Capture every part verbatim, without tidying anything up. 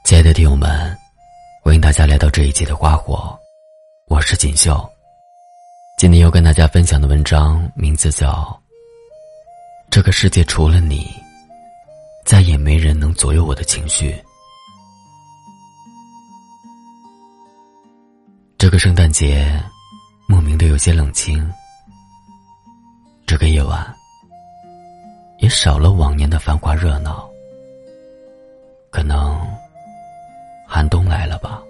亲爱的听友们，欢迎大家来到这一期的花火，我是锦绣。今天要跟大家分享的文章名字叫《这个世界除了你，再也没人能左右我的情绪》。这个圣诞节莫名的有些冷清，这个夜晚也少了往年的繁华热闹，可能寒冬来了吧。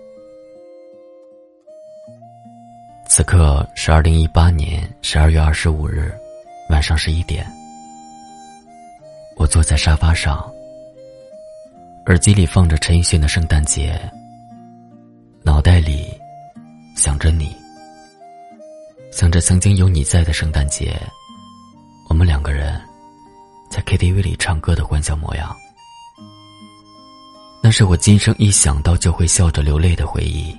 此刻是二零一八年十二月二十五日晚上十一点，我坐在沙发上，耳机里放着陈奕迅的《圣诞节》，脑袋里想着你，想着曾经有你在的圣诞节，我们两个人在 K T V 里唱歌的欢笑模样。那是我今生一想到就会笑着流泪的回忆。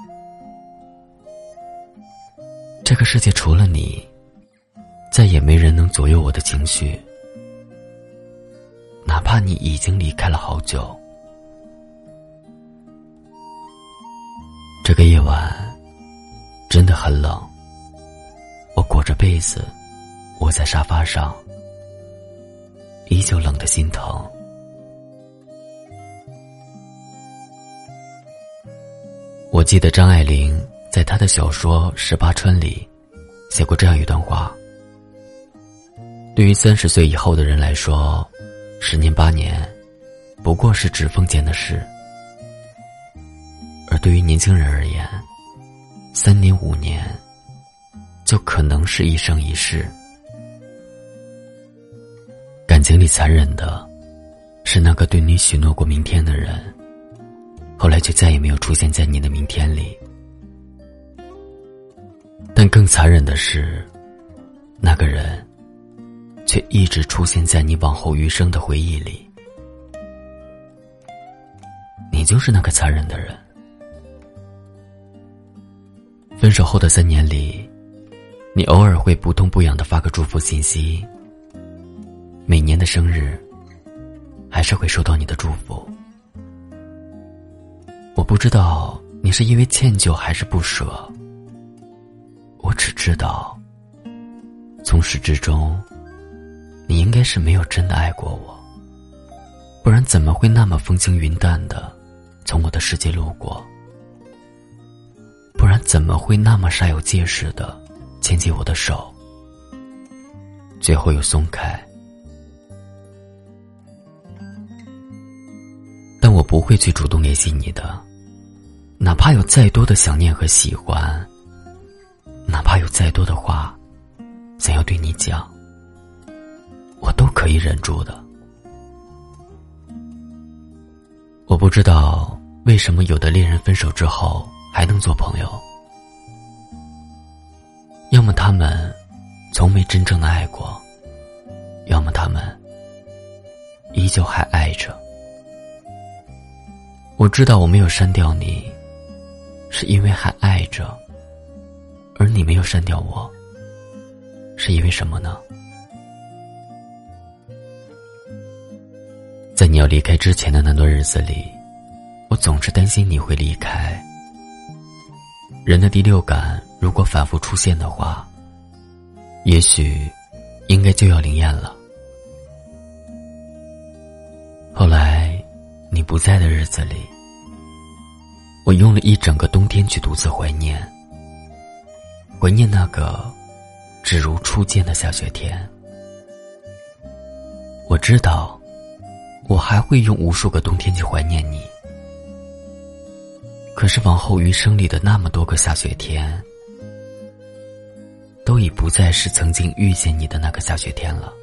这个世界除了你，再也没人能左右我的情绪，哪怕你已经离开了好久。这个夜晚真的很冷，我裹着被子窝在沙发上，依旧冷得心疼。我记得张爱玲在她的小说《十八春》里写过这样一段话：对于三十岁以后的人来说，十年八年不过是指缝间的事，而对于年轻人而言，三年五年就可能是一生一世。感情里残忍的是那个对你许诺过明天的人，后来却再也没有出现在你的明天里。但更残忍的是，那个人却一直出现在你往后余生的回忆里。你就是那个残忍的人。分手后的三年里，你偶尔会不痛不痒地发个祝福信息，每年的生日还是会收到你的祝福。我不知道你是因为歉疚还是不舍，我只知道从始至终你应该是没有真的爱过我，不然怎么会那么风轻云淡的从我的世界路过，不然怎么会那么煞有介事的牵起我的手，最后又松开。但我不会去主动联系你的，哪怕有再多的想念和喜欢，哪怕有再多的话想要对你讲，我都可以忍住的。我不知道为什么有的恋人分手之后还能做朋友，要么他们从没真正的爱过，要么他们依旧还爱着。我知道我没有删掉你，是因为还爱着，而你没有删掉我，是因为什么呢？在你要离开之前的那段日子里，我总是担心你会离开。人的第六感如果反复出现的话，也许应该就要灵验了。后来你不在的日子里，我用了一整个冬天去独自怀念，怀念那个只如初见的下雪天。我知道我还会用无数个冬天去怀念你，可是往后余生里的那么多个下雪天，都已不再是曾经遇见你的那个下雪天了。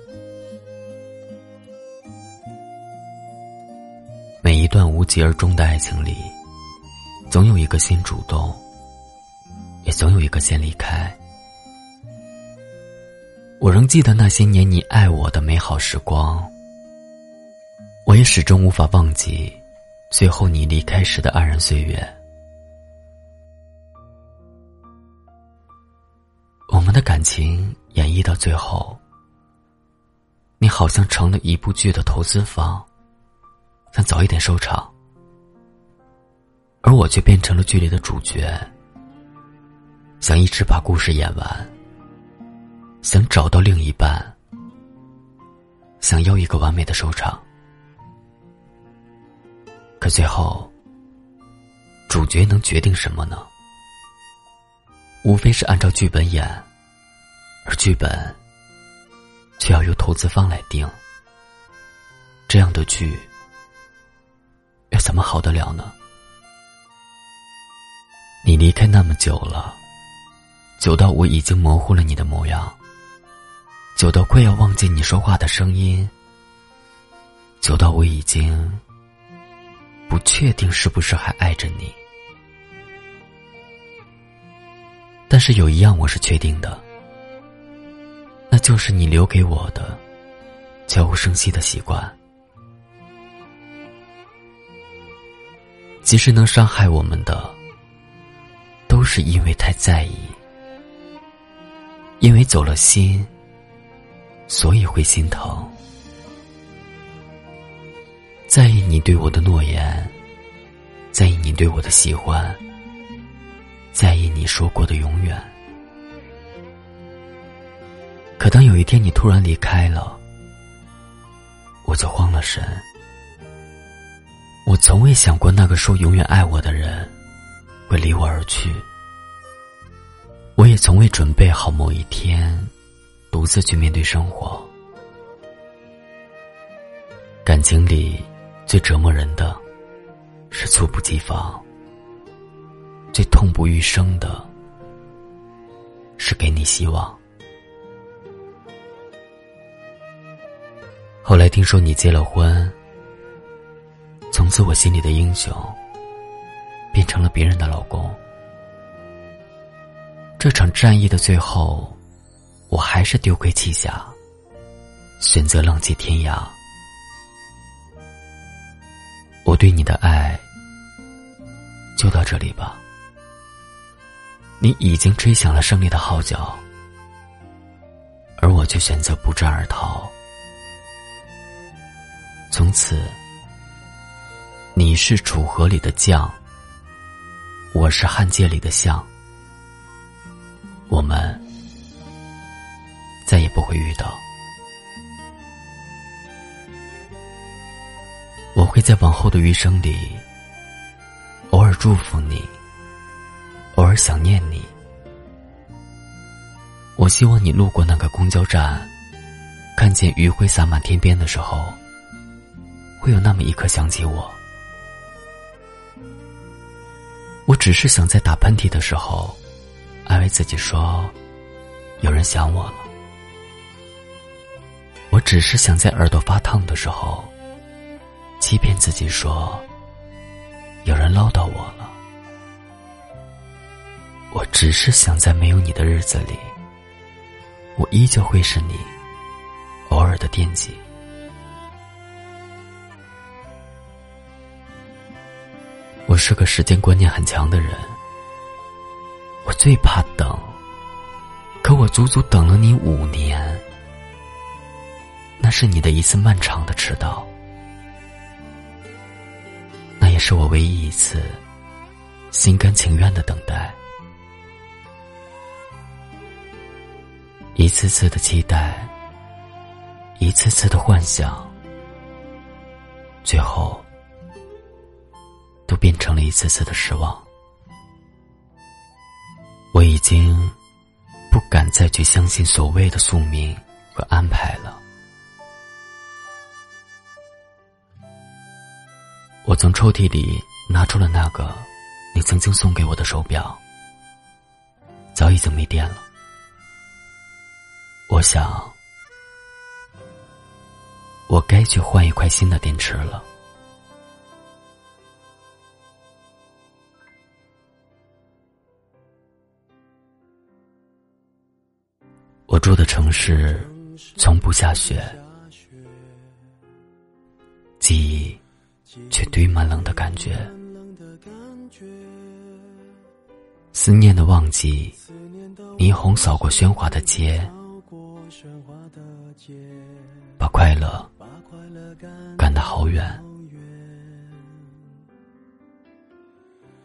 每一段无疾而终的爱情里，总有一个先主动，也总有一个先离开。我仍记得那些年你爱我的美好时光，我也始终无法忘记最后你离开时的黯然岁月。我们的感情演绎到最后，你好像成了一部剧的投资方，想早一点收场， 而我却变成了剧里的主角，想一直把故事演完，想找到另一半，想要一个完美的收场。可最后，主角能决定什么呢？无非是按照剧本演，而剧本却要由投资方来定。这样的剧又怎么好得了呢？你离开那么久了，久到我已经模糊了你的模样，久到快要忘记你说话的声音，久到我已经不确定是不是还爱着你。但是有一样我是确定的，那就是你留给我的悄无声息的习惯。其实能伤害我们的，都是因为太在意，因为走了心，所以会心疼。在意你对我的诺言，在意你对我的喜欢，在意你说过的永远。可当有一天你突然离开了，我就慌了神。我从未想过那个说永远爱我的人会离我而去，我也从未准备好某一天独自去面对生活。感情里最折磨人的是猝不及防，最痛不欲生的是给你希望。后来听说你结了婚，从此我心里的英雄变成了别人的老公。这场战役的最后，我还是丢盔弃甲，选择浪迹天涯。我对你的爱就到这里吧。你已经吹响了胜利的号角，而我却选择不战而逃。从此你是楚河里的将，我是汉界里的相，我们再也不会遇到。我会在往后的余生里偶尔祝福你，偶尔想念你。我希望你路过那个公交站，看见余晖洒满天边的时候，会有那么一刻想起我。我只是想在打喷嚏的时候安慰自己说有人想我了。我只是想在耳朵发烫的时候欺骗自己说有人唠叨我了。我只是想在没有你的日子里，我依旧会是你偶尔的惦记。我是个时间观念很强的人，我最怕等，可我足足等了你五年，那是你的一次漫长的迟到，那也是我唯一一次心甘情愿的等待。一次次的期待，一次次的幻想，最后都变成了一次次的失望。我已经不敢再去相信所谓的宿命和安排了。我从抽屉里拿出了那个你曾经送给我的手表，早已经没电了。我想我该去换一块新的电池了。我住的城市从不下雪，记忆却堆满冷的感觉。思念的旺季，霓虹扫过喧哗的街，把快乐赶得好远。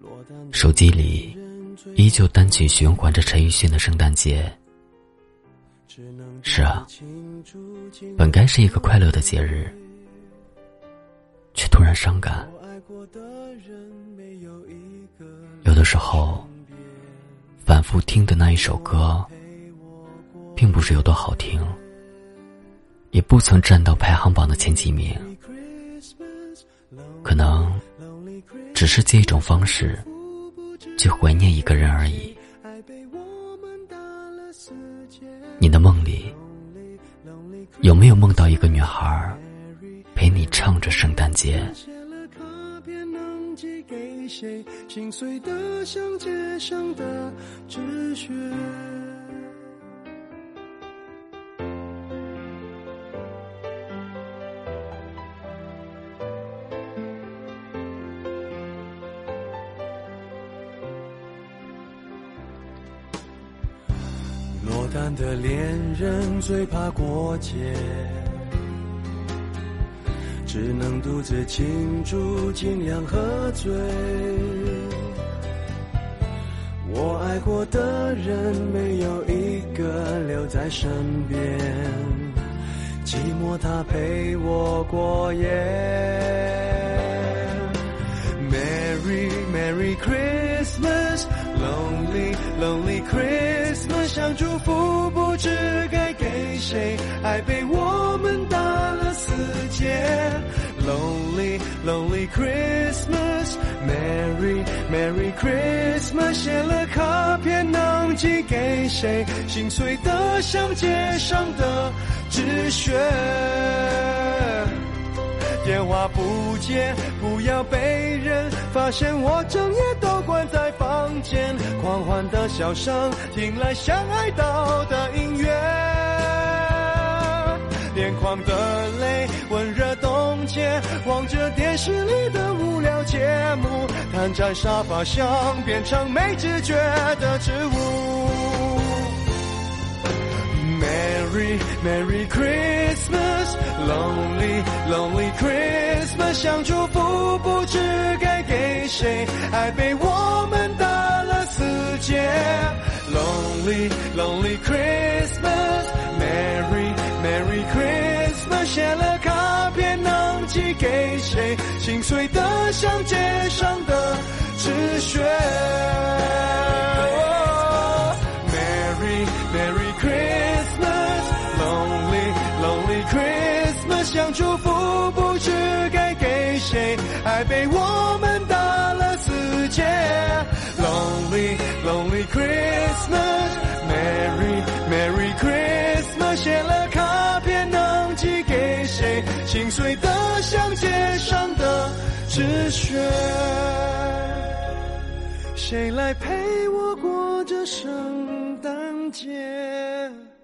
手机里依旧单曲循环着陈奕迅的《圣诞节》。是啊，本该是一个快乐的节日，却突然伤感。有的时候反复听的那一首歌并不是有多好听，也不曾站到排行榜的前几名，可能只是借一种方式去怀念一个人而已。你的梦里有没有梦到一个女孩陪你唱着圣诞节？ 心碎的像街上的纸屑。落单的恋人最怕过节，只能独自庆祝，尽量喝醉。我爱过的人没有一个留在身边，寂寞他陪我过夜。Merry Merry Christmas Lonely Lonely Christmas 想祝福不知该给谁，爱被我们打了死结。Lonely Lonely Christmas Merry Merry Christmas 写了卡片能寄给谁，心碎的像街上的纸屑。电话不接，不要被人发现我整夜都关在房间，狂欢的笑声听来像哀悼的音乐，眼眶的泪温热冻结，望着电视里的无聊节目，瘫在沙发上变成没知觉的植物。Merry Merry Christmas Lonely Lonely Christmas 想祝福不知该给谁，爱被我们打了死结。Lonely Lonely Christmas Merry Merry Christmas 写了卡片能寄给谁，心碎的像街上的纸屑。Merry Merry Christmas Lonely Lonely Christmas 想祝福不知该给谁，爱被我们打了死结。Lonely Lonely Christmas Merry Merry Christmas 写了卡片能寄给谁，心碎的像街上的纸屑。谁来陪我过这圣诞节？